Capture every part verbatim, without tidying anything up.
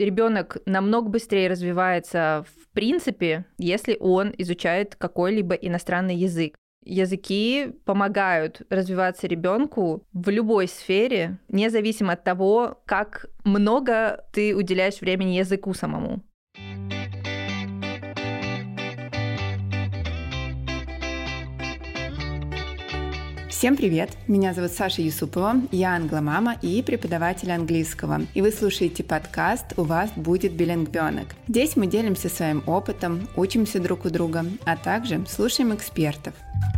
ребенок намного быстрее развивается в принципе, если он изучает какой-либо иностранный язык. Языки помогают развиваться ребенку в любой сфере, независимо от того, как много ты уделяешь времени языку самому. Всем привет! Меня зовут Саша Юсупова, я англомама и преподаватель английского. И вы слушаете подкаст «У вас будет билингвёнок». Здесь мы делимся своим опытом, учимся друг у друга, а также слушаем экспертов.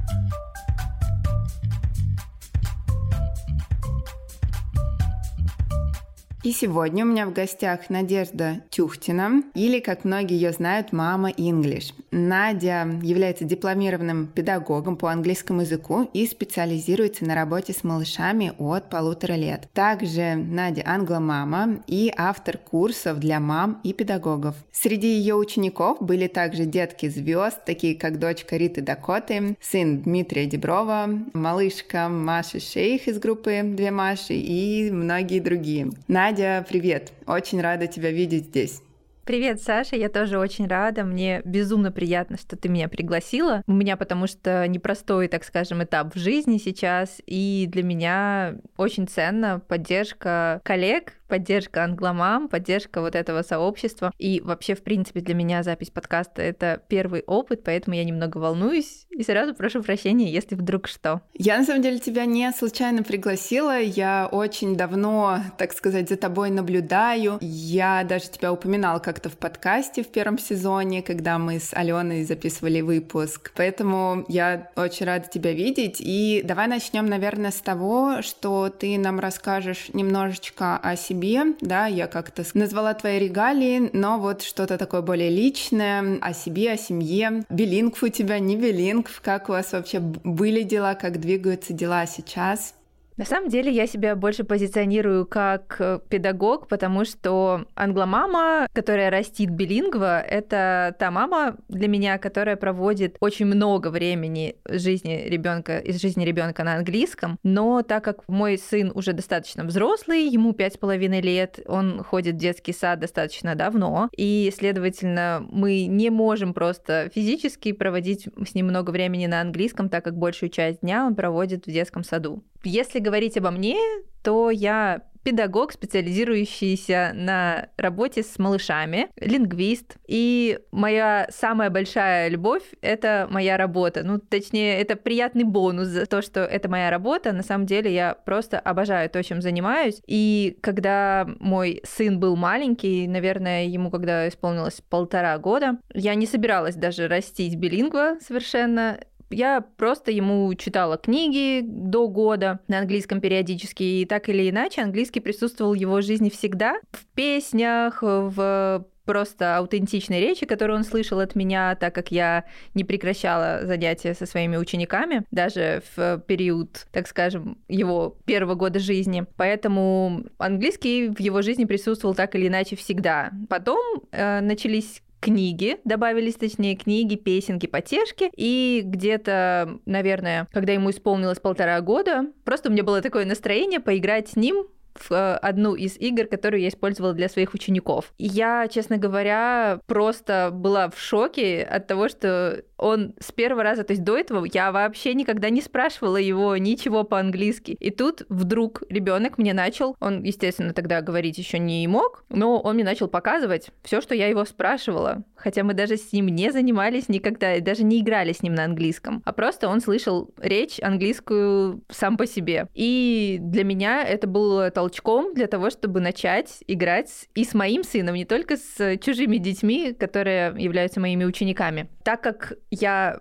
И сегодня у меня в гостях Надежда Тюхтина, или, как многие ее знают, Мама English. Надя является дипломированным педагогом по английскому языку и специализируется на работе с малышами от полутора лет. Также Надя англомама и автор курсов для мам и педагогов. Среди ее учеников были также детки звезд, такие как дочка Риты Дакоты, сын Дмитрия Диброва, малышка Маша Шейх из группы «Две Маши» и многие другие. Надя, Надя, привет! Очень рада тебя видеть здесь. Привет, Саша, я тоже очень рада. Мне безумно приятно, что ты меня пригласила. У меня потому что непростой, так скажем, этап в жизни сейчас, и для меня очень ценна поддержка коллег, поддержка англомам, поддержка вот этого сообщества. И вообще, в принципе, для меня запись подкаста — это первый опыт, поэтому я немного волнуюсь. И сразу прошу прощения, если вдруг что. Я, на самом деле, тебя не случайно пригласила. Я очень давно, так сказать, за тобой наблюдаю. Я даже тебя упоминала как-то в подкасте в первом сезоне, когда мы с Аленой записывали выпуск. Поэтому я очень рада тебя видеть. И давай начнем, наверное, с того, что ты нам расскажешь немножечко о себе. Да, я как-то назвала твои регалии, но вот что-то такое более личное о себе, о семье. Билингв у тебя, не билингв, как у вас вообще были дела, как двигаются дела сейчас? На самом деле я себя больше позиционирую как педагог, потому что англомама, которая растит билингва, это та мама для меня, которая проводит очень много времени жизни ребенка, из жизни ребенка на английском. Но так как мой сын уже достаточно взрослый, ему пять с половиной лет, он ходит в детский сад достаточно давно, и, следовательно, мы не можем просто физически проводить с ним много времени на английском, так как большую часть дня он проводит в детском саду. Если говорить обо мне, то я педагог, специализирующийся на работе с малышами, лингвист. И моя самая большая любовь — это моя работа. Ну, точнее, это приятный бонус за то, что это моя работа. На самом деле я просто обожаю то, чем занимаюсь. И когда мой сын был маленький, наверное, ему когда исполнилось полтора года, я не собиралась даже растить билингва совершенно. Я просто ему читала книги до года на английском периодически, и так или иначе английский присутствовал в его жизни всегда. В песнях, в просто аутентичной речи, которую он слышал от меня, так как я не прекращала занятия со своими учениками, даже в период, так скажем, его первого года жизни. Поэтому английский в его жизни присутствовал так или иначе всегда. Потом э, начались книги, добавились, точнее, книги, песенки, потешки, и где-то, наверное, когда ему исполнилось полтора года, просто у меня было такое настроение поиграть с ним в одну из игр, которую я использовала для своих учеников. И я, честно говоря, просто была в шоке от того, что он с первого раза, то есть до этого я вообще никогда не спрашивала его ничего по-английски. И тут вдруг ребенок мне начал, он, естественно, тогда говорить еще не мог, но он мне начал показывать все, что я его спрашивала. Хотя мы даже с ним не занимались никогда, даже не играли с ним на английском, а просто он слышал речь английскую сам по себе. И для меня это было толчком для того, чтобы начать играть и с моим сыном, не только с чужими детьми, которые являются моими учениками. Так как я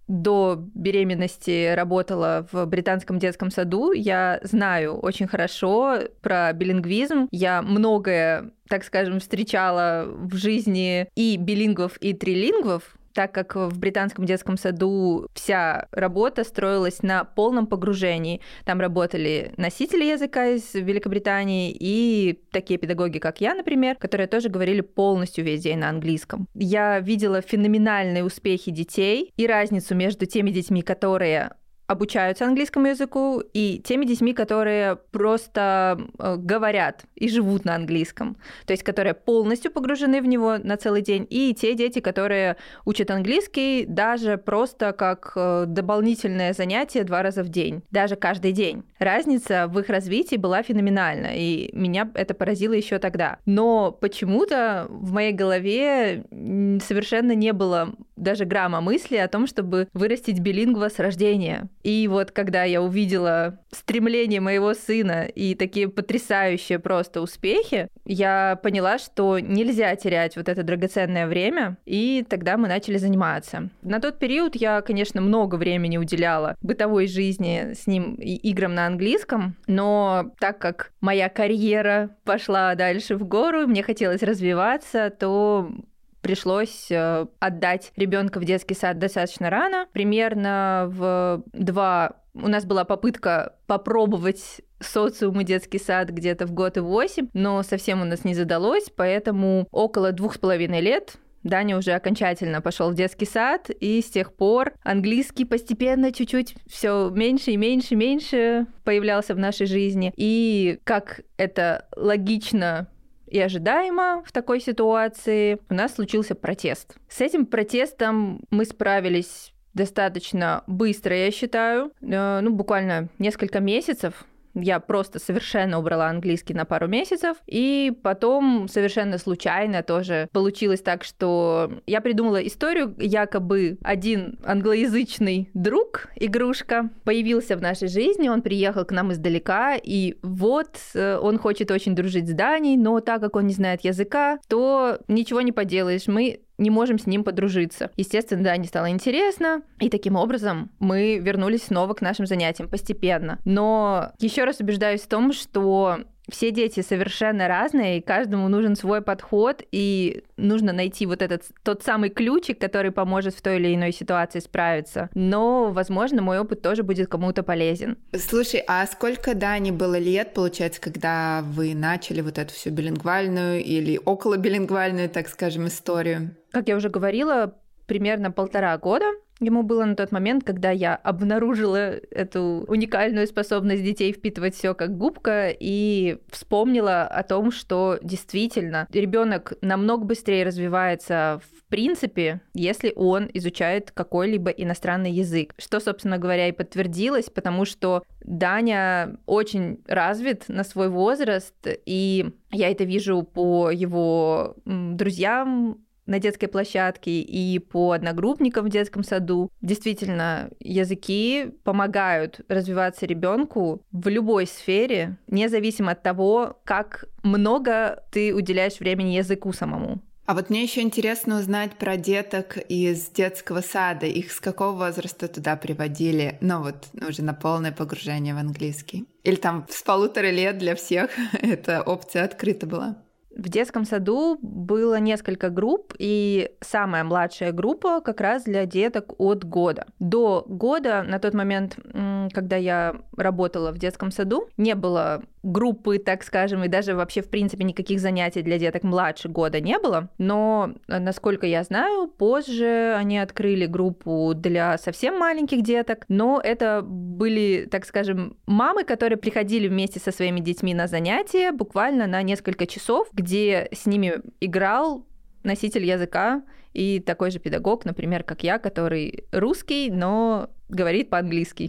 до беременности работала в британском детском саду, я знаю очень хорошо про билингвизм. Я многое, так скажем, встречала в жизни и билингвов, и трилингвов, так как в британском детском саду вся работа строилась на полном погружении. Там работали носители языка из Великобритании и такие педагоги, как я, например, которые тоже говорили полностью весь день на английском. Я видела феноменальные успехи детей и разницу между теми детьми, которые обучаются английскому языку, и теми детьми, которые просто говорят и живут на английском, то есть которые полностью погружены в него на целый день, и те дети, которые учат английский даже просто как дополнительное занятие два раза в день, даже каждый день. Разница в их развитии была феноменальна, и меня это поразило еще тогда. Но почему-то в моей голове совершенно не было даже грамма мысли о том, чтобы вырастить билингва с рождения. И вот когда я увидела стремление моего сына и такие потрясающие просто успехи, я поняла, что нельзя терять вот это драгоценное время, и тогда мы начали заниматься. На тот период я, конечно, много времени уделяла бытовой жизни с ним и играм на английском, но так как моя карьера пошла дальше в гору, мне хотелось развиваться, то пришлось отдать ребенка в детский сад достаточно рано. Примерно в два... У нас была попытка попробовать социум и детский сад где-то в год и восемь, но совсем у нас не задалось, поэтому около двух с половиной лет Даня уже окончательно пошел в детский сад, и с тех пор английский постепенно чуть-чуть все меньше и меньше и меньше появлялся в нашей жизни. И как это логично и ожидаемо в такой ситуации, у нас случился протест. С этим протестом мы справились достаточно быстро, я считаю. Ну, буквально несколько месяцев. Я просто совершенно убрала английский на пару месяцев, и потом совершенно случайно тоже получилось так, что я придумала историю, якобы один англоязычный друг, игрушка, появился в нашей жизни, он приехал к нам издалека, и вот он хочет очень дружить с Даней, но так как он не знает языка, то ничего не поделаешь, мы не можем с ним подружиться. Естественно, да, не стало интересно, и таким образом мы вернулись снова к нашим занятиям постепенно. Но еще раз убеждаюсь в том, что все дети совершенно разные, и каждому нужен свой подход, и нужно найти вот этот тот самый ключик, который поможет в той или иной ситуации справиться. Но, возможно, мой опыт тоже будет кому-то полезен. Слушай, а сколько Дане было лет, получается, когда вы начали вот эту всю билингвальную или околобилингвальную, так скажем, историю? Как я уже говорила, примерно полтора года. Ему было на тот момент, когда я обнаружила эту уникальную способность детей впитывать все как губка и вспомнила о том, что действительно ребенок намного быстрее развивается в принципе, если он изучает какой-либо иностранный язык. Что, собственно говоря, и подтвердилось, потому что Даня очень развит на свой возраст, и я это вижу по его друзьям на детской площадке и по одногруппникам в детском саду. Действительно, языки помогают развиваться ребенку в любой сфере, независимо от того, как много ты уделяешь времени языку самому. А вот мне еще интересно узнать про деток из детского сада. Их с какого возраста туда приводили? Ну вот, уже на полное погружение в английский. Или там с полутора лет для всех эта опция открыта была? В детском саду было несколько групп, и самая младшая группа как раз для деток от года. До года, на тот момент, когда я работала в детском саду, не было группы, так скажем, и даже вообще, в принципе, никаких занятий для деток младше года не было. Но, насколько я знаю, позже они открыли группу для совсем маленьких деток, но это были, так скажем, мамы, которые приходили вместе со своими детьми на занятия буквально на несколько часов, где с ними играл носитель языка и такой же педагог, например, как я, который русский, но говорит по-английски.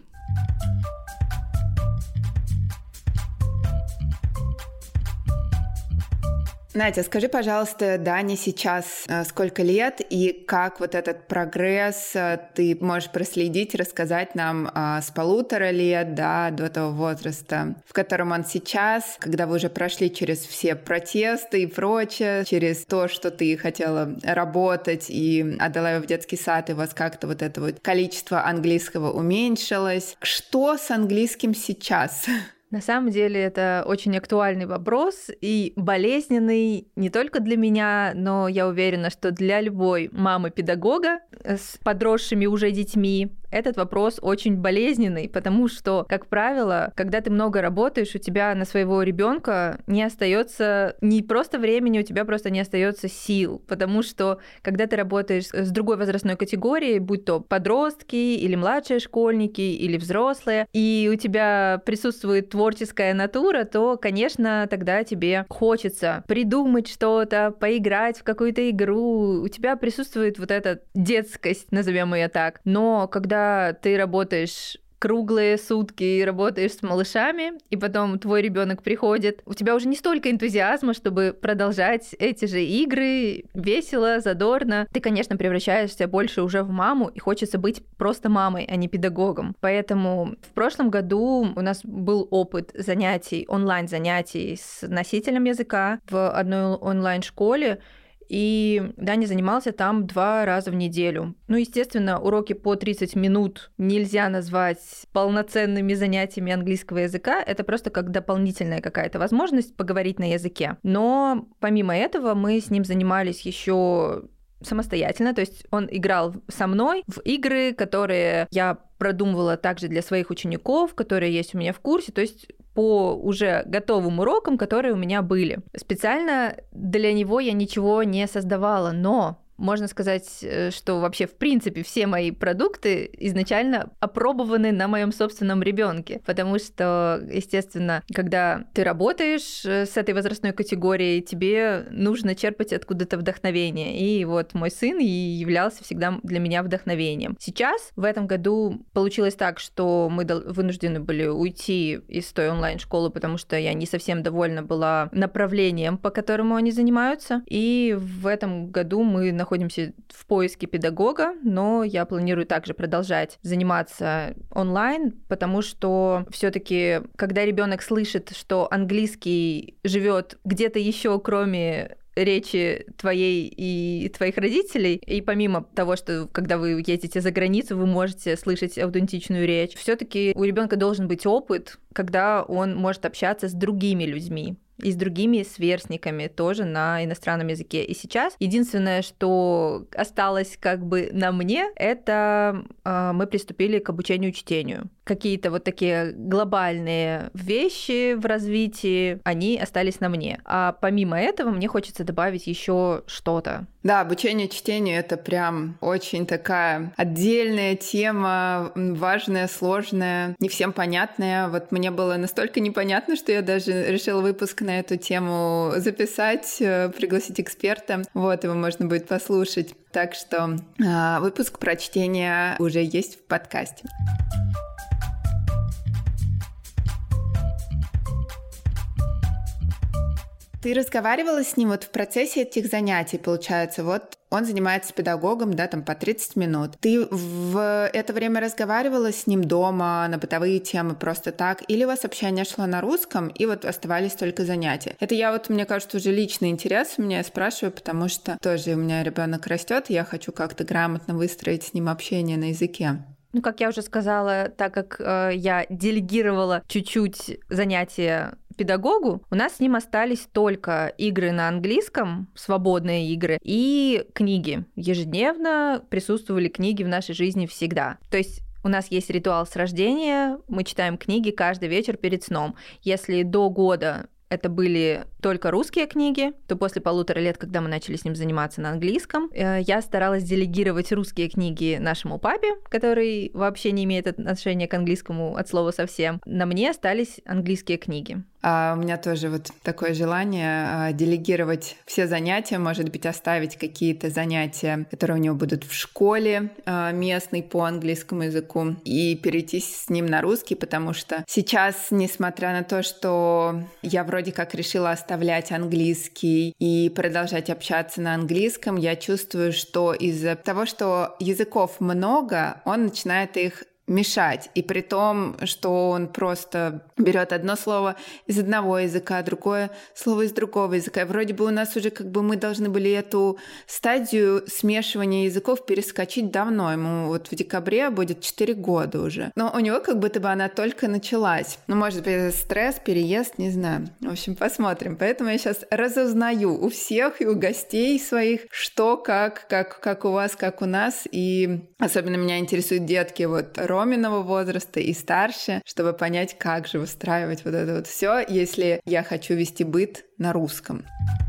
Надя, скажи, пожалуйста, Дане сейчас сколько лет и как вот этот прогресс ты можешь проследить, рассказать нам с полутора лет, да, до того возраста, в котором он сейчас, когда вы уже прошли через все протесты и прочее, через то, что ты хотела работать и отдала его в детский сад, и у вас как-то вот это вот количество английского уменьшилось. Что с английским сейчас? На самом деле это очень актуальный вопрос и болезненный не только для меня, но я уверена, что для любой мамы-педагога с подросшими уже детьми. этот вопрос очень болезненный, потому что, как правило, когда ты много работаешь, у тебя на своего ребенка не остается не просто времени, у тебя просто не остается сил, потому что когда ты работаешь с другой возрастной категорией, будь то подростки или младшие школьники или взрослые, и у тебя присутствует творческая натура, то, конечно, тогда тебе хочется придумать что-то, поиграть в какую-то игру, у тебя присутствует вот эта детскость, назовем ее так. Но когда ты работаешь круглые сутки, работаешь с малышами, и потом твой ребенок приходит, у тебя уже не столько энтузиазма, чтобы продолжать эти же игры весело, задорно. Ты, конечно, превращаешься больше уже в маму, и хочется быть просто мамой, а не педагогом. Поэтому в прошлом году у нас был опыт занятий, онлайн-занятий с носителем языка в одной онлайн-школе, и Даня занимался там два раза в неделю. Ну, естественно, уроки по тридцать минут нельзя назвать полноценными занятиями английского языка. Это просто как дополнительная какая-то возможность поговорить на языке. Но помимо этого мы с ним занимались еще самостоятельно, то есть он играл со мной в игры, которые я продумывала также для своих учеников, которые есть у меня в курсе, то есть по уже готовым урокам, которые у меня были. Специально для него я ничего не создавала, но можно сказать, что вообще в принципе все мои продукты изначально опробованы на моем собственном ребенке, потому что, естественно, когда ты работаешь с этой возрастной категорией, тебе нужно черпать откуда-то вдохновение, и вот мой сын и являлся всегда для меня вдохновением. Сейчас, в этом году, получилось так, что мы вынуждены были уйти из той онлайн-школы, потому что я не совсем довольна была направлением, по которому они занимаются, и в этом году мы находимся находимся в поиске педагога, но я планирую также продолжать заниматься онлайн, потому что все-таки, когда ребенок слышит, что английский живет где-то еще, кроме речи твоей и твоих родителей, и помимо того, что когда вы едете за границу, вы можете слышать аутентичную речь, все-таки у ребенка должен быть опыт, когда он может общаться с другими людьми и с другими сверстниками тоже на иностранном языке. И сейчас единственное, что осталось как бы на мне, это э, мы приступили к обучению чтению. Какие-то вот такие глобальные вещи в развитии, они остались на мне. А помимо этого мне хочется добавить еще что-то. Да, обучение чтению — это прям очень такая отдельная тема, важная, сложная, не всем понятная. Вот мне было настолько непонятно, что я даже решила выпуск на эту тему записать, пригласить эксперта. Вот, его можно будет послушать. Так что э, выпуск про чтение уже есть в подкасте. Ты разговаривала с ним вот в процессе этих занятий, получается, вот он занимается с педагогом, да, там по тридцать минут. Ты в это время разговаривала с ним дома на бытовые темы просто так? Или у вас общение шло на русском, и вот оставались только занятия? Это я вот, мне кажется, уже личный интерес у меня, я спрашиваю, потому что тоже у меня ребенок растет, и я хочу как-то грамотно выстроить с ним общение на языке. Ну, как я уже сказала, так как э, я делегировала чуть-чуть занятия педагогу, у нас с ним остались только игры на английском, свободные игры, и книги. Ежедневно присутствовали книги в нашей жизни всегда. То есть у нас есть ритуал с рождения, мы читаем книги каждый вечер перед сном. Если до года это были только русские книги, то после полутора лет, когда мы начали с ним заниматься на английском, я старалась делегировать русские книги нашему папе, который вообще не имеет отношения к английскому от слова совсем. На мне остались английские книги. А у меня тоже вот такое желание а, делегировать все занятия, может быть, оставить какие-то занятия, которые у него будут в школе а, местной по английскому языку, и перейти с ним на русский, потому что сейчас, несмотря на то, что я вроде как решила оставлять английский и продолжать общаться на английском, я чувствую, что из-за того, что языков много, он начинает их мешать. И при том, что он просто берет одно слово из одного языка, другое слово из другого языка. И вроде бы у нас уже как бы мы должны были эту стадию смешивания языков перескочить давно. Ему вот в декабре будет четыре года уже. Но у него как будто бы она только началась. Ну, может быть, стресс, переезд, не знаю. В общем, посмотрим. Поэтому я сейчас разузнаю у всех и у гостей своих, что, как, как, как у вас, как у нас. И особенно меня интересуют детки вот Роминого возраста и старше, чтобы понять, как же выстраивать вот это вот все, если я хочу вести быт на русском.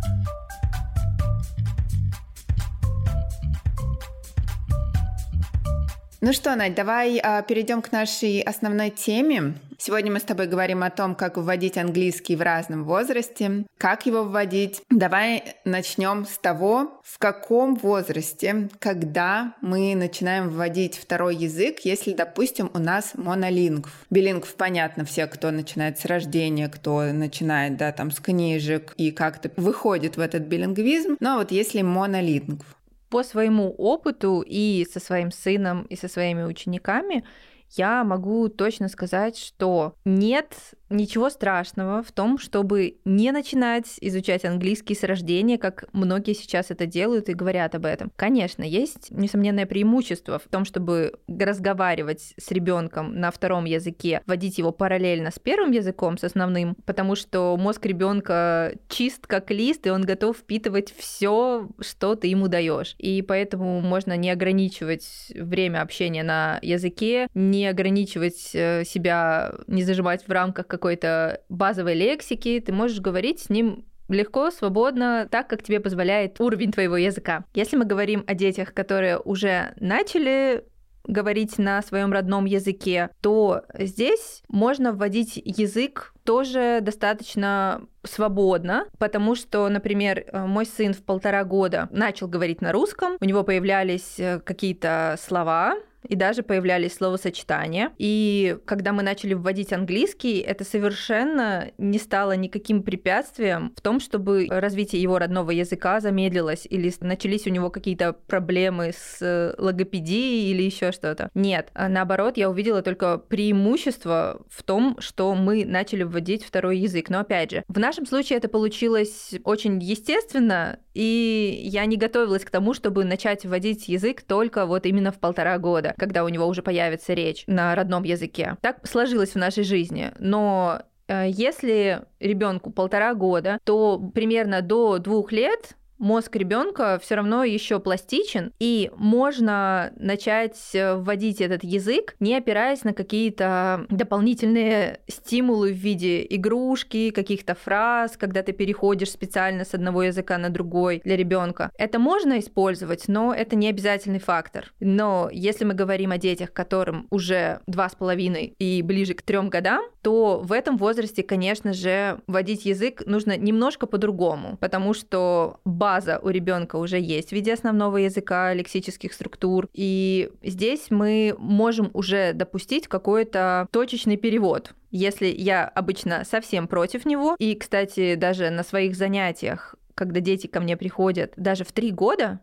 Ну что, Надь, давай а, перейдем к нашей основной теме. Сегодня мы с тобой говорим о том, как вводить английский в разном возрасте, как его вводить. Давай начнем с того, в каком возрасте, когда мы начинаем вводить второй язык, если, допустим, у нас монолингв. Билингв, понятно, все, кто начинает с рождения, кто начинает, да, там, с книжек и как-то выходит в этот билингвизм. Но вот если монолингв. По своему опыту и со своим сыном, и со своими учениками я могу точно сказать, что нет ничего страшного в том, чтобы не начинать изучать английский с рождения, как многие сейчас это делают и говорят об этом. Конечно, есть несомненное преимущество в том, чтобы разговаривать с ребенком на втором языке, вводить его параллельно с первым языком, с основным, потому что мозг ребенка чист как лист, и он готов впитывать все, что ты ему даешь. И поэтому можно не ограничивать время общения на языке, не ограничивать себя, не зажимать в рамках какой-то базовой лексики, ты можешь говорить с ним легко, свободно, так, как тебе позволяет уровень твоего языка. Если мы говорим о детях, которые уже начали говорить на своем родном языке, то здесь можно вводить язык тоже достаточно свободно, потому что, например, мой сын в полтора года начал говорить на русском, у него появлялись какие-то слова, и даже появлялись словосочетания. И когда мы начали вводить английский, это совершенно не стало никаким препятствием в том, чтобы развитие его родного языка замедлилось или начались у него какие-то проблемы с логопедией или еще что-то. Нет, наоборот, я увидела только преимущество в том, что мы начали вводить второй язык. Но опять же, в нашем случае это получилось очень естественно, и я не готовилась к тому, чтобы начать вводить язык только вот именно в полтора года, когда у него уже появится речь на родном языке. Так сложилось в нашей жизни. Но э, если ребенку полтора года, то примерно до двух лет мозг ребенка все равно еще пластичен, и можно начать вводить этот язык, не опираясь на какие-то дополнительные стимулы в виде игрушки, каких-то фраз, когда ты переходишь специально с одного языка на другой для ребенка. Это можно использовать, но это не обязательный фактор. Но если мы говорим о детях, которым уже два с половиной и ближе к трем годам, то в этом возрасте, конечно же, вводить язык нужно немножко по-другому, потому что база у ребенка уже есть в виде основного языка, лексических структур, и здесь мы можем уже допустить какой-то точечный перевод. Если я обычно совсем против него, и, кстати, даже на своих занятиях, когда дети ко мне приходят даже в три года,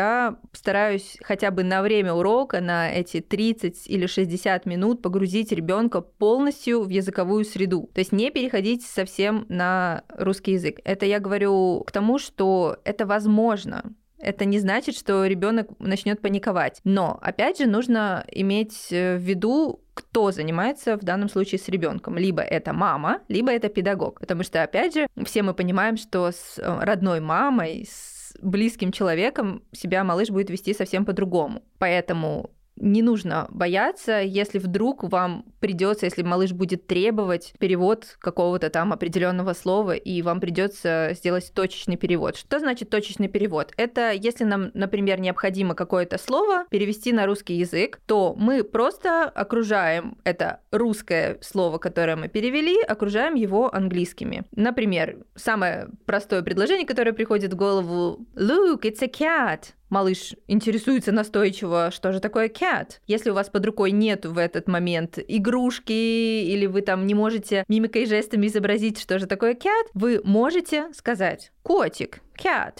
я стараюсь хотя бы на время урока, на эти тридцать или шестьдесят минут погрузить ребенка полностью в языковую среду. То есть не переходить совсем на русский язык. Это я говорю к тому, что это возможно. Это не значит, что ребенок начнет паниковать. Но, опять же, нужно иметь в виду, кто занимается в данном случае с ребенком. Либо это мама, либо это педагог. Потому что, опять же, все мы понимаем, что с родной мамой, с близким человеком себя малыш будет вести совсем по-другому. Поэтому не нужно бояться, если вдруг вам придется, если малыш будет требовать перевод какого-то там определенного слова, и вам придется сделать точечный перевод. Что значит точечный перевод? Это если нам, например, необходимо какое-то слово перевести на русский язык, то мы просто окружаем это русское слово, которое мы перевели, окружаем его английскими. Например, самое простое предложение, которое приходит в голову: Look, it's a cat. Малыш интересуется настойчиво, что же такое cat. Если у вас под рукой нет в этот момент игрушки, или вы там не можете мимикой и жестами изобразить, что же такое cat, вы можете сказать котик, cat.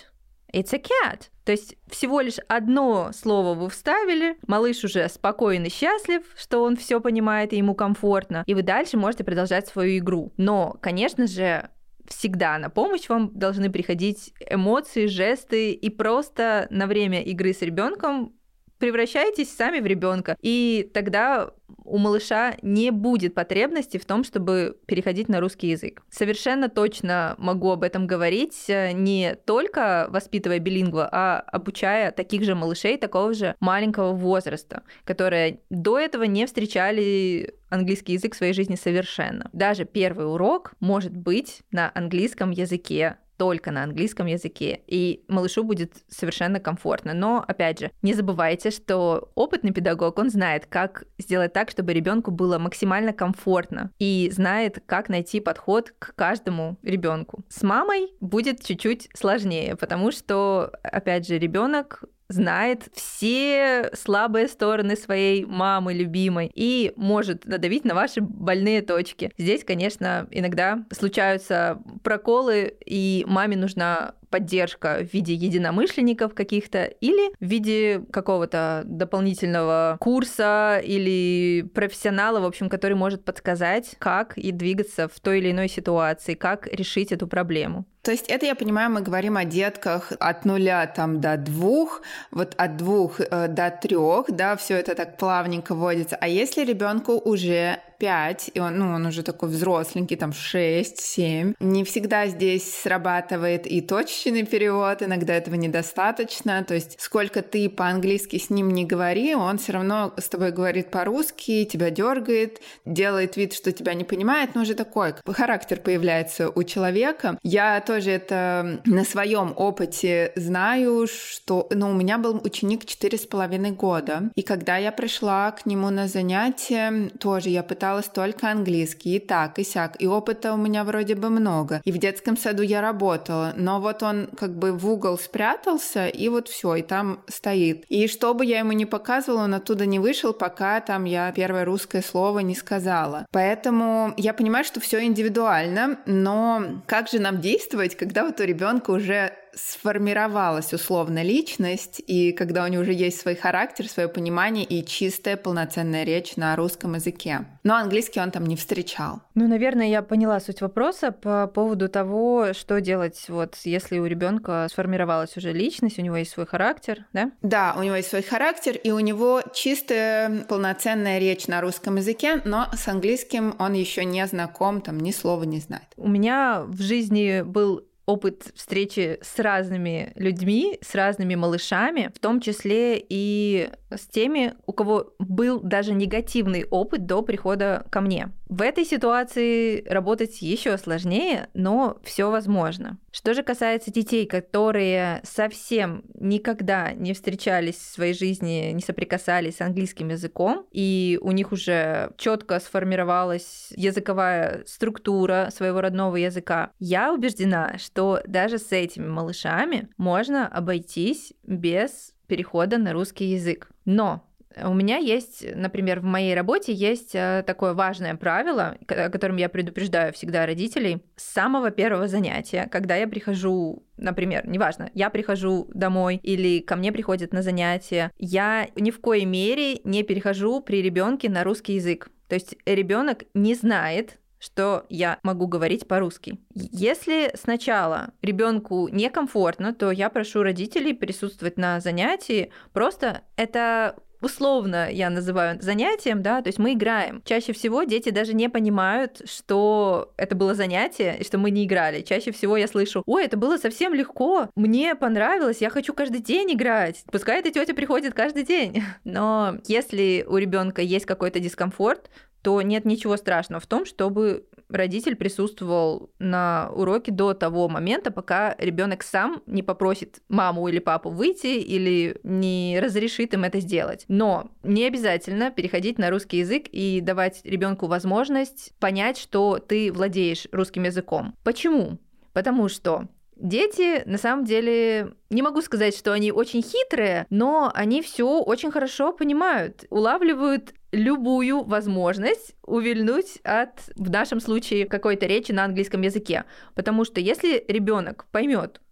It's a cat. То есть всего лишь одно слово вы вставили, малыш уже спокоен и счастлив, что он все понимает и ему комфортно, и вы дальше можете продолжать свою игру. Но, конечно же, всегда на помощь вам должны приходить эмоции, жесты, и просто на время игры с ребенком превращайтесь сами в ребенка, и тогда у малыша не будет потребности в том, чтобы переходить на русский язык. Совершенно точно могу об этом говорить, не только воспитывая билингва, а обучая таких же малышей такого же маленького возраста, которые до этого не встречали английский язык в своей жизни совершенно. Даже первый урок может быть на английском языке, только на английском языке, и малышу будет совершенно комфортно. Но, опять же, не забывайте, что опытный педагог, он знает, как сделать так, чтобы ребенку было максимально комфортно, и знает, как найти подход к каждому ребенку. С мамой будет чуть-чуть сложнее, потому что, опять же, ребенок знает все слабые стороны своей мамы любимой и может надавить на ваши больные точки. Здесь, конечно, иногда случаются проколы, и маме нужна поддержка в виде единомышленников каких-то или в виде какого-то дополнительного курса или профессионала, в общем, который может подсказать, как и двигаться в той или иной ситуации, как решить эту проблему. То есть это, я понимаю, мы говорим о детках от нуля там, до двух, вот от двух э, до трех, да, все это так плавненько вводится. А если ребенку уже пять, и он, ну, он уже такой взросленький, там шесть, семь, не всегда здесь срабатывает и точечный перевод, иногда этого недостаточно. То есть сколько ты по-английски с ним не говори, он все равно с тобой говорит по-русски, тебя дергает, делает вид, что тебя не понимает, но уже такой характер появляется у человека. Я тоже тоже это на своем опыте знаю, что ну, у меня был ученик четыре с половиной года, и когда я пришла к нему на занятия, тоже я пыталась только английский, и так, и сяк, и опыта у меня вроде бы много, и в детском саду я работала, но вот он как бы в угол спрятался, и вот все, и там стоит. И что бы я ему ни показывала, он оттуда не вышел, пока там я первое русское слово не сказала. Поэтому я понимаю, что все индивидуально, но как же нам действовать, когда вот у ребенка уже сформировалась условно личность, и когда у него уже есть свой характер, свое понимание и чистая полноценная речь на русском языке. Но английский он там не встречал. Ну, наверное, я поняла суть вопроса по поводу того, что делать, вот, если у ребенка сформировалась уже личность, у него есть свой характер, да? Да, у него есть свой характер, и у него чистая полноценная речь на русском языке, но с английским он еще не знаком, там ни слова не знает. У меня в жизни был опыт встречи с разными людьми, с разными малышами, в том числе и с теми, у кого был даже негативный опыт до прихода ко мне. В этой ситуации работать еще сложнее, но все возможно. Что же касается детей, которые совсем никогда не встречались в своей жизни, не соприкасались с английским языком, и у них уже четко сформировалась языковая структура своего родного языка, я убеждена, что даже с этими малышами можно обойтись без перехода на русский язык. Но у меня есть, например, в моей работе есть такое важное правило, о котором я предупреждаю всегда родителей. С самого первого занятия, когда я прихожу, например, неважно, я прихожу домой или ко мне приходят на занятия, я ни в коей мере не перехожу при ребенке на русский язык. То есть ребенок не знает, что я могу говорить по-русски. Если сначала ребенку некомфортно, то я прошу родителей присутствовать на занятии. Просто это условно я называю занятием, да, то есть мы играем. Чаще всего дети даже не понимают, что это было занятие и что мы не играли. Чаще всего я слышу: ой, это было совсем легко, мне понравилось, я хочу каждый день играть. Пускай эта тетя приходит каждый день. Но если у ребенка есть какой-то дискомфорт, то нет ничего страшного в том, чтобы родитель присутствовал на уроке до того момента, пока ребенок сам не попросит маму или папу выйти или не разрешит им это сделать. Но не обязательно переходить на русский язык и давать ребенку возможность понять, что ты владеешь русским языком. Почему? Потому что дети, на самом деле, не могу сказать, что они очень хитрые, но они все очень хорошо понимают, улавливают любую возможность увильнуть от, в нашем случае, какой-то речи на английском языке. Потому что если ребенок поймет,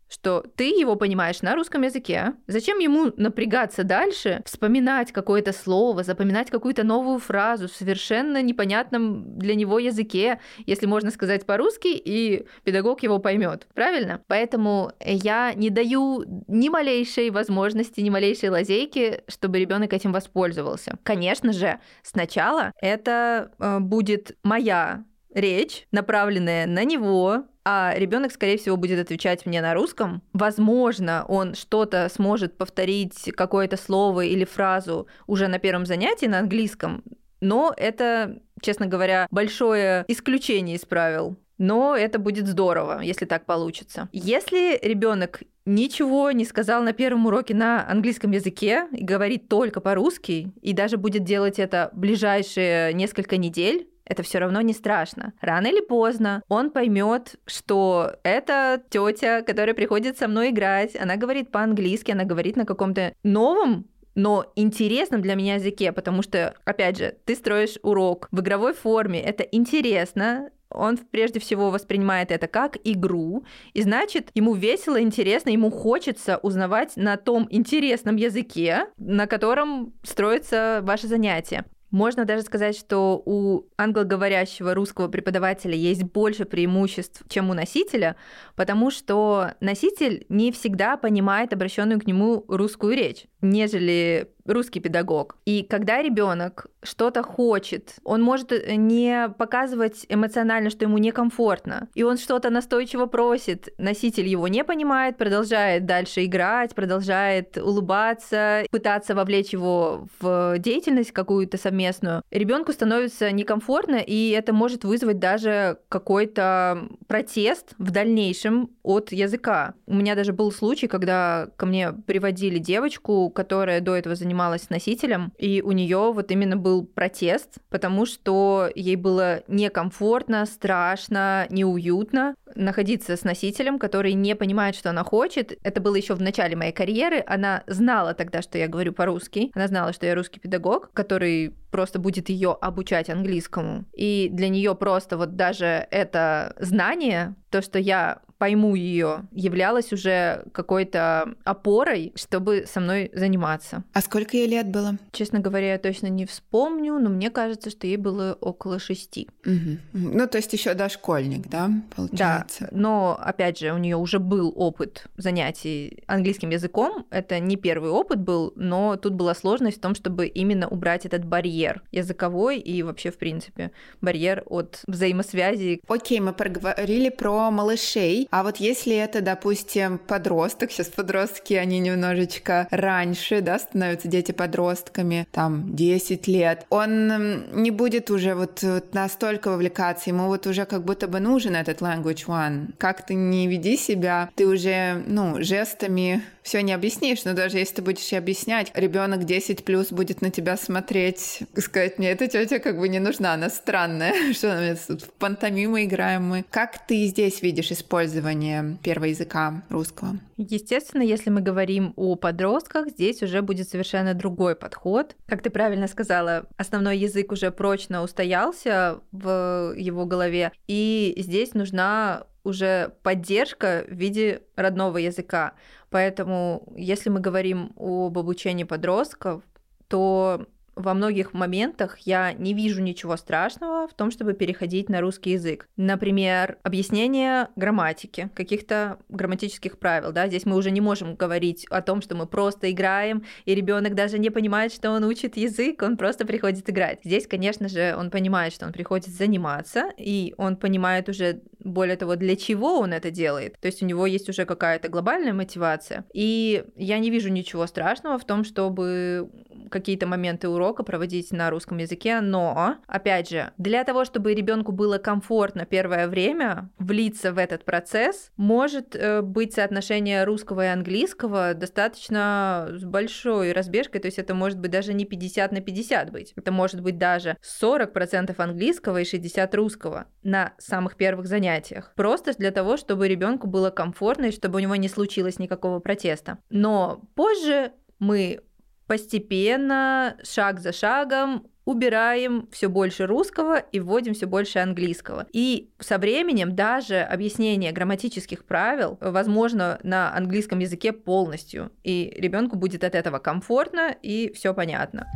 что ты его понимаешь на русском языке. Зачем ему напрягаться дальше, вспоминать какое-то слово, запоминать какую-то новую фразу в совершенно непонятном для него языке, если можно сказать по-русски, и педагог его поймет. Правильно? Поэтому я не даю ни малейшей возможности, ни малейшей лазейки, чтобы ребенок этим воспользовался. Конечно же, сначала это э, будет моя речь, направленная на него, а ребенок, скорее всего, будет отвечать мне на русском. Возможно, он что-то сможет повторить, какое-то слово или фразу уже на первом занятии на английском, но это, честно говоря, большое исключение из правил. Но это будет здорово, если так получится. Если ребенок ничего не сказал на первом уроке на английском языке и говорит только по-русски, и даже будет делать это ближайшие несколько недель, это все равно не страшно. Рано или поздно он поймет, что это тетя, которая приходит со мной играть, она говорит по-английски, она говорит на каком-то новом, но интересном для меня языке, потому что, опять же, ты строишь урок в игровой форме, это интересно, он прежде всего воспринимает это как игру, и значит, ему весело, интересно, ему хочется узнавать на том интересном языке, на котором строится ваше занятие. Можно даже сказать, что у англоговорящего русского преподавателя есть больше преимуществ, чем у носителя, потому что носитель не всегда понимает обращенную к нему русскую речь, нежели русский педагог. И когда ребенок что-то хочет, он может не показывать эмоционально, что ему некомфортно, и он что-то настойчиво просит, носитель его не понимает, продолжает дальше играть, продолжает улыбаться, пытаться вовлечь его в деятельность какую-то совместную. Ребенку становится некомфортно, и это может вызвать даже какой-то протест в дальнейшем от языка. У меня даже был случай, когда ко мне приводили девочку, которая до этого занималась с носителем, и у нее вот именно был протест, потому что ей было некомфортно, страшно, неуютно находиться с носителем, который не понимает, что она хочет. Это было еще в начале моей карьеры. Она знала тогда, что я говорю по-русски. Она знала, что я русский педагог, который просто будет ее обучать английскому. И для нее просто вот даже это знание, то, что я пойму ее, являлось уже какой-то опорой, чтобы со мной заниматься. А сколько ей лет было? Честно говоря, я точно не вспомню, но мне кажется, что ей было около шести. Угу. Ну, то есть еще дошкольник, да, получается? Да, но, опять же, у нее уже был опыт занятий английским языком. Это не первый опыт был, но тут была сложность в том, чтобы именно убрать этот барьер языковой и вообще, в принципе, барьер от взаимосвязи. Окей, мы проговорили про малышей. А вот если это, допустим, подросток, сейчас подростки, они немножечко раньше, да, становятся дети-подростками, там, десять лет, он не будет уже вот настолько вовлекаться, ему вот уже как будто бы нужен этот language one. Как ты не веди себя, ты уже, ну, жестами все не объяснишь, но даже если ты будешь и объяснять, ребенок десять плюс будет на тебя смотреть, сказать, мне эта тетя как бы не нужна, она странная, что она тут в пантомиму играем мы. Как ты здесь видишь использование первого языка русского? Естественно, если мы говорим о подростках, здесь уже будет совершенно другой подход. Как ты правильно сказала, основной язык уже прочно устоялся в его голове, и здесь нужна уже поддержка в виде родного языка. Поэтому, если мы говорим об обучении подростков, то во многих моментах я не вижу ничего страшного в том, чтобы переходить на русский язык. Например, объяснение грамматики, каких-то грамматических правил. Да? Здесь мы уже не можем говорить о том, что мы просто играем, и ребенок даже не понимает, что он учит язык, он просто приходит играть. Здесь, конечно же, он понимает, что он приходит заниматься, и он понимает уже, более того, для чего он это делает. То есть у него есть уже какая-то глобальная мотивация. И я не вижу ничего страшного в том, чтобы какие-то моменты урока проводить на русском языке, но, опять же, для того, чтобы ребенку было комфортно первое время влиться в этот процесс, может быть соотношение русского и английского достаточно с большой разбежкой, то есть это может быть даже не пятьдесят на пятьдесят быть, это может быть даже сорок процентов английского и шестьдесят процентов русского на самых первых занятиях. Просто для того, чтобы ребенку было комфортно и чтобы у него не случилось никакого протеста. Но позже мы постепенно, шаг за шагом убираем все больше русского и вводим все больше английского. И со временем даже объяснение грамматических правил возможно на английском языке полностью, и ребенку будет от этого комфортно и все понятно.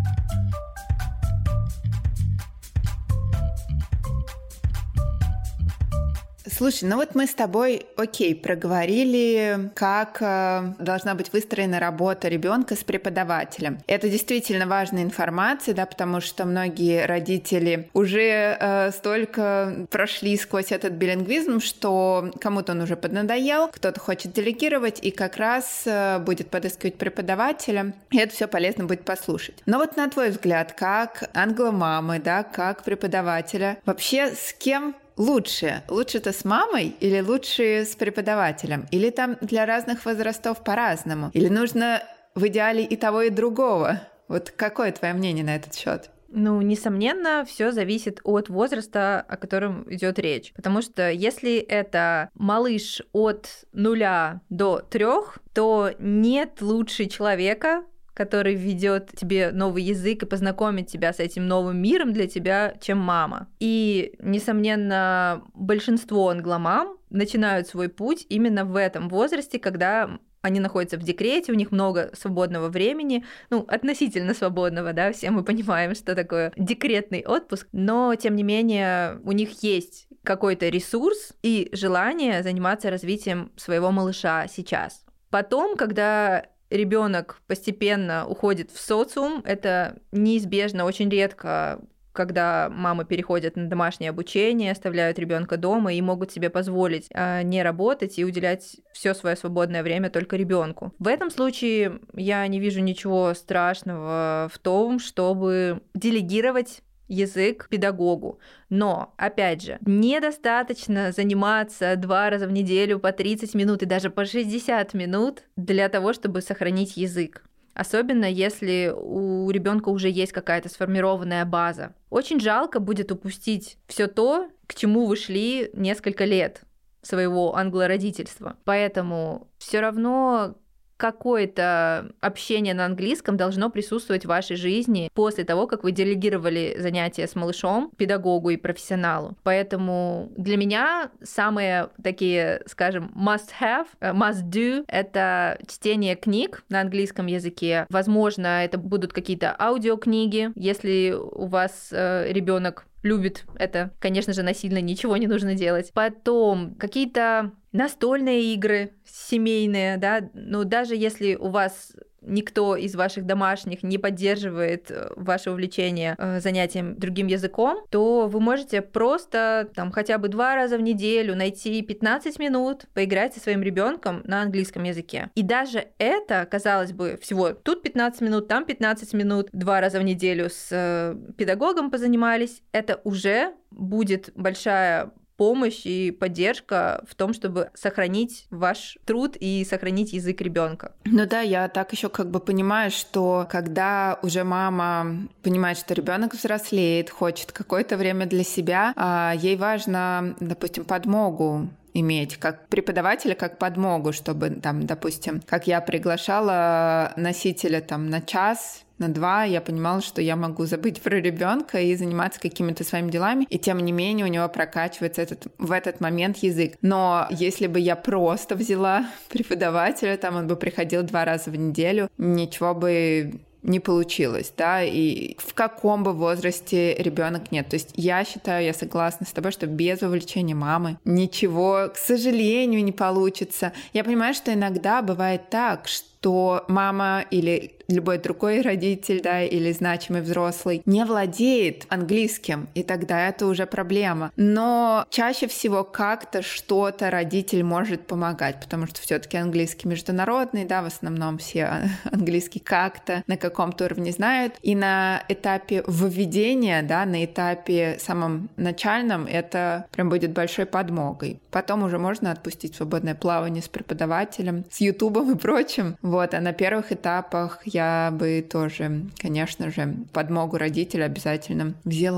Слушай, ну вот мы с тобой, окей, проговорили, как э, должна быть выстроена работа ребенка с преподавателем. Это действительно важная информация, да, потому что многие родители уже э, столько прошли сквозь этот билингвизм, что кому-то он уже поднадоел, кто-то хочет делегировать и как раз э, будет подыскивать преподавателя, и это все полезно будет послушать. Но вот на твой взгляд, как англомамы, да, как преподавателя, вообще с кем лучше? Лучше-то с мамой или лучше с преподавателем? Или там для разных возрастов по-разному? Или нужно в идеале и того, и другого? Вот какое твое мнение на этот счет? Ну, несомненно, все зависит от возраста, о котором идет речь. Потому что если это малыш от нуля до трех, то нет лучше человека, который введет тебе новый язык и познакомит тебя с этим новым миром для тебя, чем мама. И, несомненно, большинство англомам начинают свой путь именно в этом возрасте, когда они находятся в декрете, у них много свободного времени, ну, относительно свободного, да, все мы понимаем, что такое декретный отпуск, но, тем не менее, у них есть какой-то ресурс и желание заниматься развитием своего малыша сейчас. Потом, когда ребенок постепенно уходит в социум, это неизбежно, очень редко, когда мамы переходят на домашнее обучение, оставляют ребенка дома и могут себе позволить а, не работать и уделять все свое свободное время только ребенку. В этом случае я не вижу ничего страшного в том, чтобы делегировать язык педагогу. Но, опять же, недостаточно заниматься два раза в неделю по тридцать минут и даже по шестьдесят минут для того, чтобы сохранить язык. Особенно если у ребенка уже есть какая-то сформированная база. Очень жалко будет упустить все то, к чему вы шли несколько лет своего англородительства. Поэтому все равно какое-то общение на английском должно присутствовать в вашей жизни после того, как вы делегировали занятия с малышом педагогу и профессионалу. Поэтому для меня самые такие, скажем, must-have, must-do — это чтение книг на английском языке. Возможно, это будут какие-то аудиокниги. Если у вас э, ребенок любит это, конечно же, насильно ничего не нужно делать. Потом какие-то настольные игры семейные, да, ну даже если у вас никто из ваших домашних не поддерживает ваше увлечение э, занятием другим языком, то вы можете просто там хотя бы два раза в неделю найти пятнадцать минут поиграть со своим ребенком на английском языке. И даже это, казалось бы, всего тут пятнадцать минут, там пятнадцать минут, два раза в неделю с э, педагогом позанимались, это уже будет большая помощь и поддержка в том, чтобы сохранить ваш труд и сохранить язык ребенка. Ну да, я так еще как бы понимаю, что когда уже мама понимает, что ребенок взрослеет, хочет какое-то время для себя, ей важно, допустим, подмогу иметь как преподавателя, как подмогу, чтобы там, допустим, как я приглашала носителя там на час, на два, я понимала, что я могу забыть про ребенка и заниматься какими-то своими делами, и тем не менее у него прокачивается этот, в этот момент язык. Но если бы я просто взяла преподавателя, там он бы приходил два раза в неделю, ничего бы не получилось, да, и в каком бы возрасте ребенок нет. То есть я считаю, я согласна с тобой, что без вовлечения мамы ничего, к сожалению, не получится. Я понимаю, что иногда бывает так, что мама или любой другой родитель, да, или значимый взрослый не владеет английским, и тогда это уже проблема. Но чаще всего как-то что-то родитель может помогать, потому что все-таки английский международный, да, в основном все английский как-то на каком-то уровне знают, и на этапе введения, да, на этапе самом начальном это прям будет большой подмогой. Потом уже можно отпустить свободное плавание с преподавателем, с ютубом и прочим. Вот, а на первых этапах я бы тоже, конечно же, подмогу родителя обязательно взяла.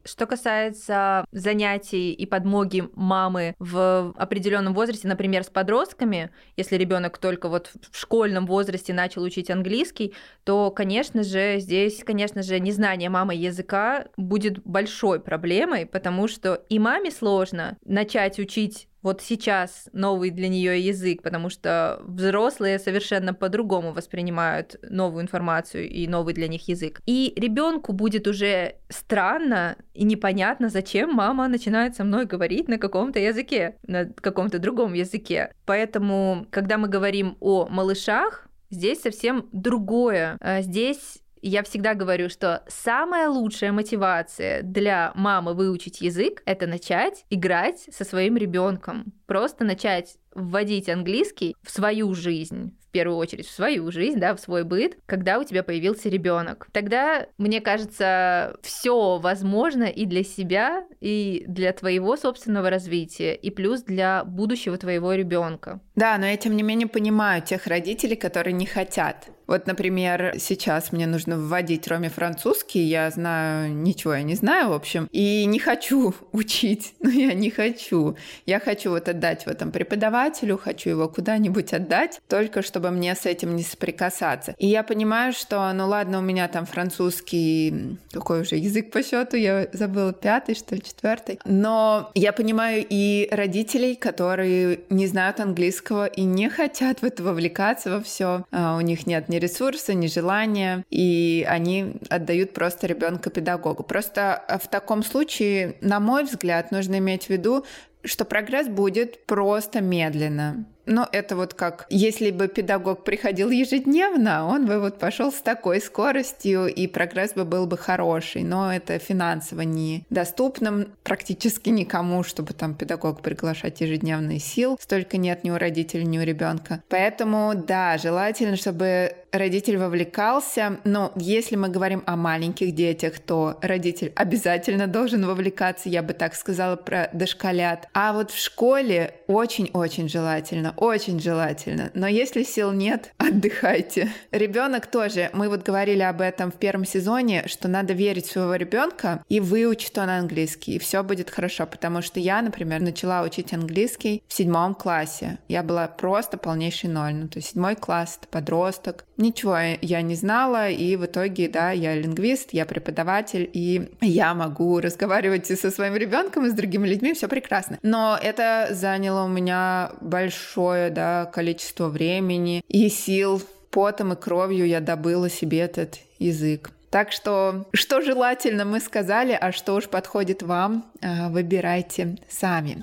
Что касается занятий и подмоги мамы в определенном возрасте, например, с подростками, если ребенок только вот в школьном возрасте начал учить английский, то, конечно же, здесь, конечно же, незнание мамой языка будет большой проблемой, потому что и маме сложно начать учить вот сейчас новый для нее язык, потому что взрослые совершенно по-другому воспринимают новую информацию и новый для них язык. И ребенку будет уже странно и непонятно, зачем мама начинает со мной говорить на каком-то языке, на каком-то другом языке. Поэтому, когда мы говорим о малышах, здесь совсем другое. Здесь я всегда говорю, что самая лучшая мотивация для мамы выучить язык — это начать играть со своим ребенком. Просто начать вводить английский в свою жизнь, в первую очередь в свою жизнь, да, в свой быт, когда у тебя появился ребенок. Тогда, мне кажется, все возможно и для себя, и для твоего собственного развития, и плюс для будущего твоего ребенка. Да, но я тем не менее понимаю тех родителей, которые не хотят. Вот, например, сейчас мне нужно вводить Роме французский, я знаю, ничего я не знаю, в общем, и не хочу учить, но я не хочу. Я хочу вот отдать вот там преподавателю, хочу его куда-нибудь отдать, только чтобы мне с этим не соприкасаться. И я понимаю, что, ну ладно, у меня там французский, какой уже язык по счету, я забыла, пятый, что ли, четвертый. Но я понимаю и родителей, которые не знают английского и не хотят в это вовлекаться во все. У них нет ни ресурса, ни желания, и они отдают просто ребенка педагогу. Просто в таком случае, на мой взгляд, нужно иметь в виду, что прогресс будет просто медленно. Но это вот как, если бы педагог приходил ежедневно, он бы вот пошел с такой скоростью, и прогресс бы был бы хороший. Но это финансово недоступным практически никому, чтобы там педагог приглашать ежедневные сил. Столько нет ни у родителей, ни у ребенка. Поэтому, да, желательно, чтобы родитель вовлекался. Но если мы говорим о маленьких детях, то родитель обязательно должен вовлекаться, я бы так сказала про дошколят. А вот в школе очень-очень желательно, очень желательно. Но если сил нет, отдыхайте. Ребенок тоже. Мы вот говорили об этом в первом сезоне, что надо верить в своего ребенка и выучить он английский, и все будет хорошо. Потому что я, например, начала учить английский в седьмом классе. Я была просто полнейший ноль. Ну, то есть седьмой класс, это подросток. Ничего я не знала, и в итоге, да, я лингвист, я преподаватель, и я могу разговаривать и со своим ребенком, и с другими людьми, все прекрасно. Но это заняло у меня большое, да, количество времени и сил. Потом и кровью я добыла себе этот язык. Так что, что желательно, мы сказали, а что уж подходит вам, выбирайте сами.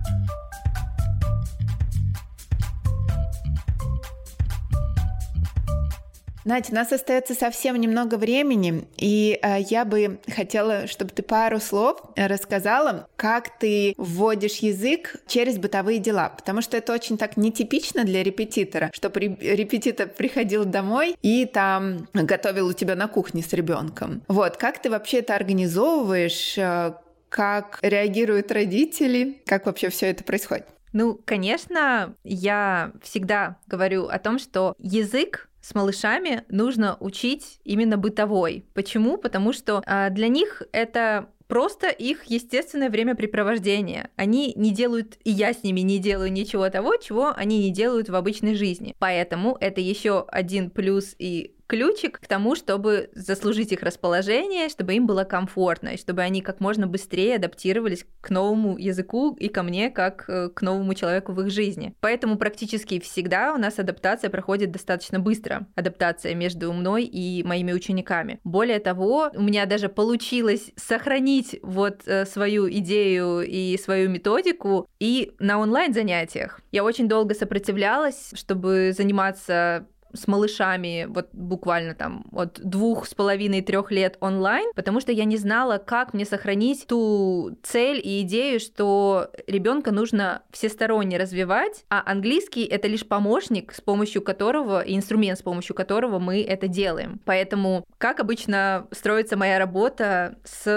Надя, у нас остается совсем немного времени, и э, я бы хотела, чтобы ты пару слов рассказала, как ты вводишь язык через бытовые дела, потому что это очень так нетипично для репетитора, чтобы репетитор приходил домой и там готовил у тебя на кухне с ребенком. Вот, как ты вообще это организовываешь, э, как реагируют родители, как вообще все это происходит? Ну, конечно, я всегда говорю о том, что язык с малышами нужно учить именно бытовой. Почему? Потому что а, для них это просто их естественное времяпрепровождение. Они не делают, и я с ними не делаю ничего того, чего они не делают в обычной жизни. Поэтому это еще один плюс и ключик к тому, чтобы заслужить их расположение, чтобы им было комфортно, и чтобы они как можно быстрее адаптировались к новому языку и ко мне, как к новому человеку в их жизни. Поэтому практически всегда у нас адаптация проходит достаточно быстро. Адаптация между мной и моими учениками. Более того, у меня даже получилось сохранить вот свою идею и свою методику и на онлайн-занятиях. Я очень долго сопротивлялась, чтобы заниматься с малышами вот буквально там от двух с половиной трех лет онлайн, потому что я не знала, как мне сохранить ту цель и идею, что ребенка нужно всесторонне развивать, а английский — это лишь помощник, с помощью которого, и инструмент, с помощью которого мы это делаем. Поэтому, как обычно строится моя работа с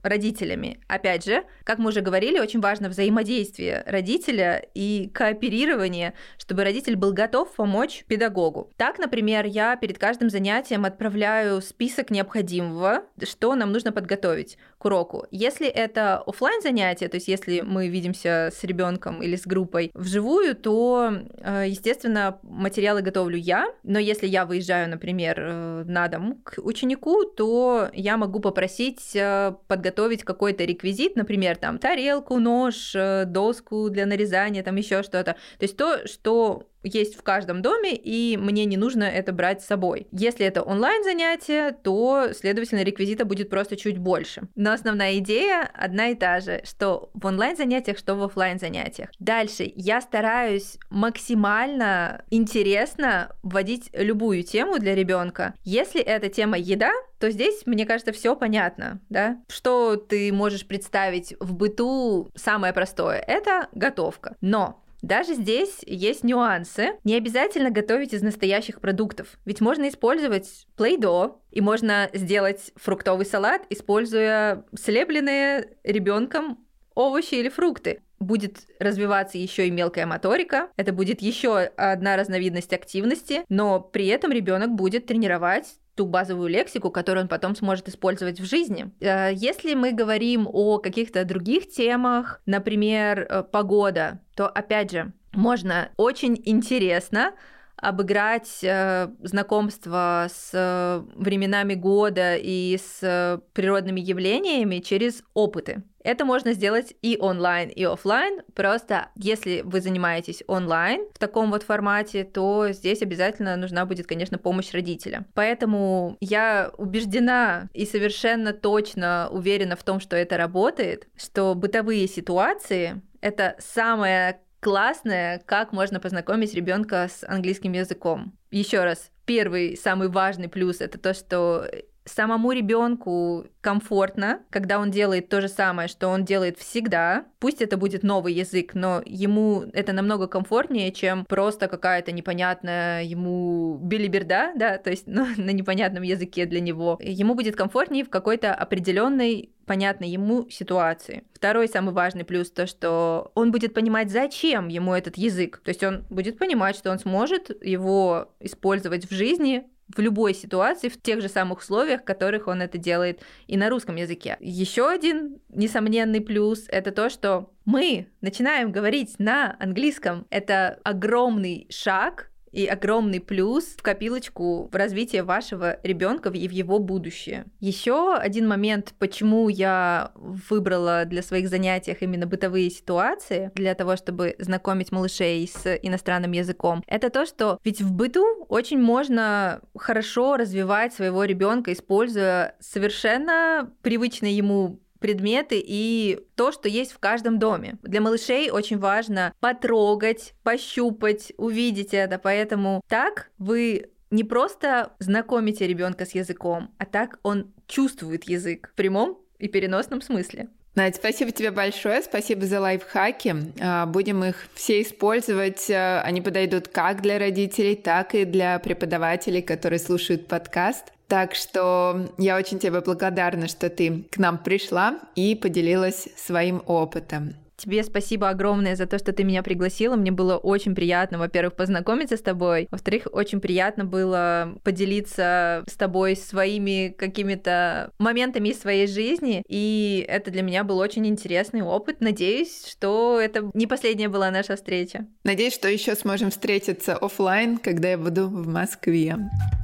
родителями. Опять же, как мы уже говорили, очень важно взаимодействие родителя и кооперирование, чтобы родитель был готов помочь педагогу. Так, например, я перед каждым занятием отправляю список необходимого, что нам нужно подготовить к уроку. Если это офлайн занятие, то есть если мы видимся с ребенком или с группой вживую, то, естественно, материалы готовлю я, но если я выезжаю, например, на дом к ученику, то я могу попросить подготовить какой-то реквизит, например, там тарелку, нож, доску для нарезания, там еще что-то. То есть то, что есть в каждом доме, и мне не нужно это брать с собой. Если это онлайн-занятие, то, следовательно, реквизита будет просто чуть больше. Но основная идея одна и та же, что в онлайн-занятиях, что в офлайн-занятиях. Дальше я стараюсь максимально интересно вводить любую тему для ребенка. Если это тема еда, то здесь, мне кажется, все понятно, да? Что ты можешь представить в быту самое простое? Это готовка. Но даже здесь есть нюансы. Не обязательно готовить из настоящих продуктов. Ведь можно использовать Play-Doh, и можно сделать фруктовый салат, используя слепленные ребенком овощи или фрукты. Будет развиваться еще и мелкая моторика. Это будет еще одна разновидность активности, но при этом ребенок будет тренировать ту базовую лексику, которую он потом сможет использовать в жизни. Если мы говорим о каких-то других темах, например, погода, то, опять же, можно очень интересно обыграть э, знакомство с э, временами года и с э, природными явлениями через опыты. Это можно сделать и онлайн, и офлайн. Просто если вы занимаетесь онлайн в таком вот формате, то здесь обязательно нужна будет, конечно, помощь родителя. Поэтому я убеждена и совершенно точно уверена в том, что это работает, что бытовые ситуации — это самое классное, как можно познакомить ребенка с английским языком. Еще раз, первый, самый важный плюс — это то, что самому ребенку комфортно, когда он делает то же самое, что он делает всегда. Пусть это будет новый язык, но ему это намного комфортнее, чем просто какая-то непонятная ему билиберда, да, то есть ну, на непонятном языке для него. Ему будет комфортнее в какой-то определенной понятной ему ситуации. Второй самый важный плюс то, что он будет понимать, зачем ему этот язык. То есть он будет понимать, что он сможет его использовать в жизни, в любой ситуации, в тех же самых условиях, в которых он это делает и на русском языке. Еще один несомненный плюс — это то, что мы начинаем говорить на английском. Это огромный шаг и огромный плюс в копилочку в развитии вашего ребенка и в его будущее. Еще один момент, почему я выбрала для своих занятий именно бытовые ситуации, для того, чтобы знакомить малышей с иностранным языком, это то, что ведь в быту очень можно хорошо развивать своего ребенка, используя совершенно привычные ему предметы и то, что есть в каждом доме. Для малышей очень важно потрогать, пощупать, увидеть это, поэтому так вы не просто знакомите ребенка с языком, а так он чувствует язык в прямом и переносном смысле. Надь, спасибо тебе большое, спасибо за лайфхаки. Будем их все использовать. Они подойдут как для родителей, так и для преподавателей, которые слушают подкаст. Так что я очень тебе благодарна, что ты к нам пришла и поделилась своим опытом. Тебе спасибо огромное за то, что ты меня пригласила. Мне было очень приятно, во-первых, познакомиться с тобой. Во-вторых, очень приятно было поделиться с тобой своими какими-то моментами из своей жизни. И это для меня был очень интересный опыт. Надеюсь, что это не последняя была наша встреча. Надеюсь, что еще сможем встретиться офлайн, когда я буду в Москве.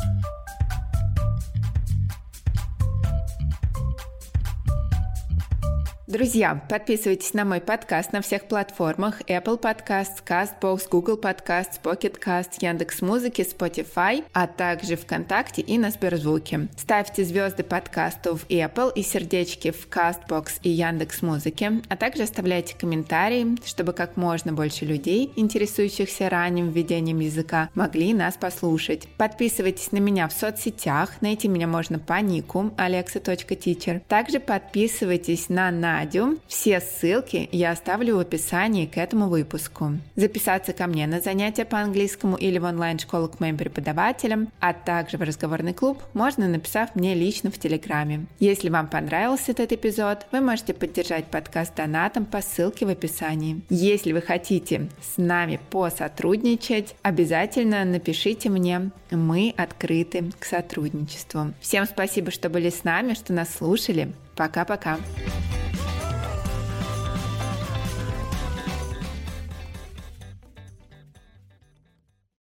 Друзья, подписывайтесь на мой подкаст на всех платформах: Apple Podcasts, CastBox, Google Podcasts, Pocket Cast, Яндекс.Музыки, Spotify, а также ВКонтакте и на Сберзвуке. Ставьте звезды подкасту в Apple и сердечки в CastBox и Яндекс.Музыке, а также оставляйте комментарии, чтобы как можно больше людей, интересующихся ранним введением языка, могли нас послушать. Подписывайтесь на меня в соцсетях, найти меня можно по нику alexa точка teacher. Также подписывайтесь на Надю Надю. Все ссылки я оставлю в описании к этому выпуску. Записаться ко мне на занятия по английскому или в онлайн-школу к моим преподавателям, а также в разговорный клуб можно, написав мне лично в Телеграме. Если вам понравился этот эпизод, вы можете поддержать подкаст донатом по ссылке в описании. Если вы хотите с нами посотрудничать, обязательно напишите мне. Мы открыты к сотрудничеству. Всем спасибо, что были с нами, что нас слушали. Пока-пока.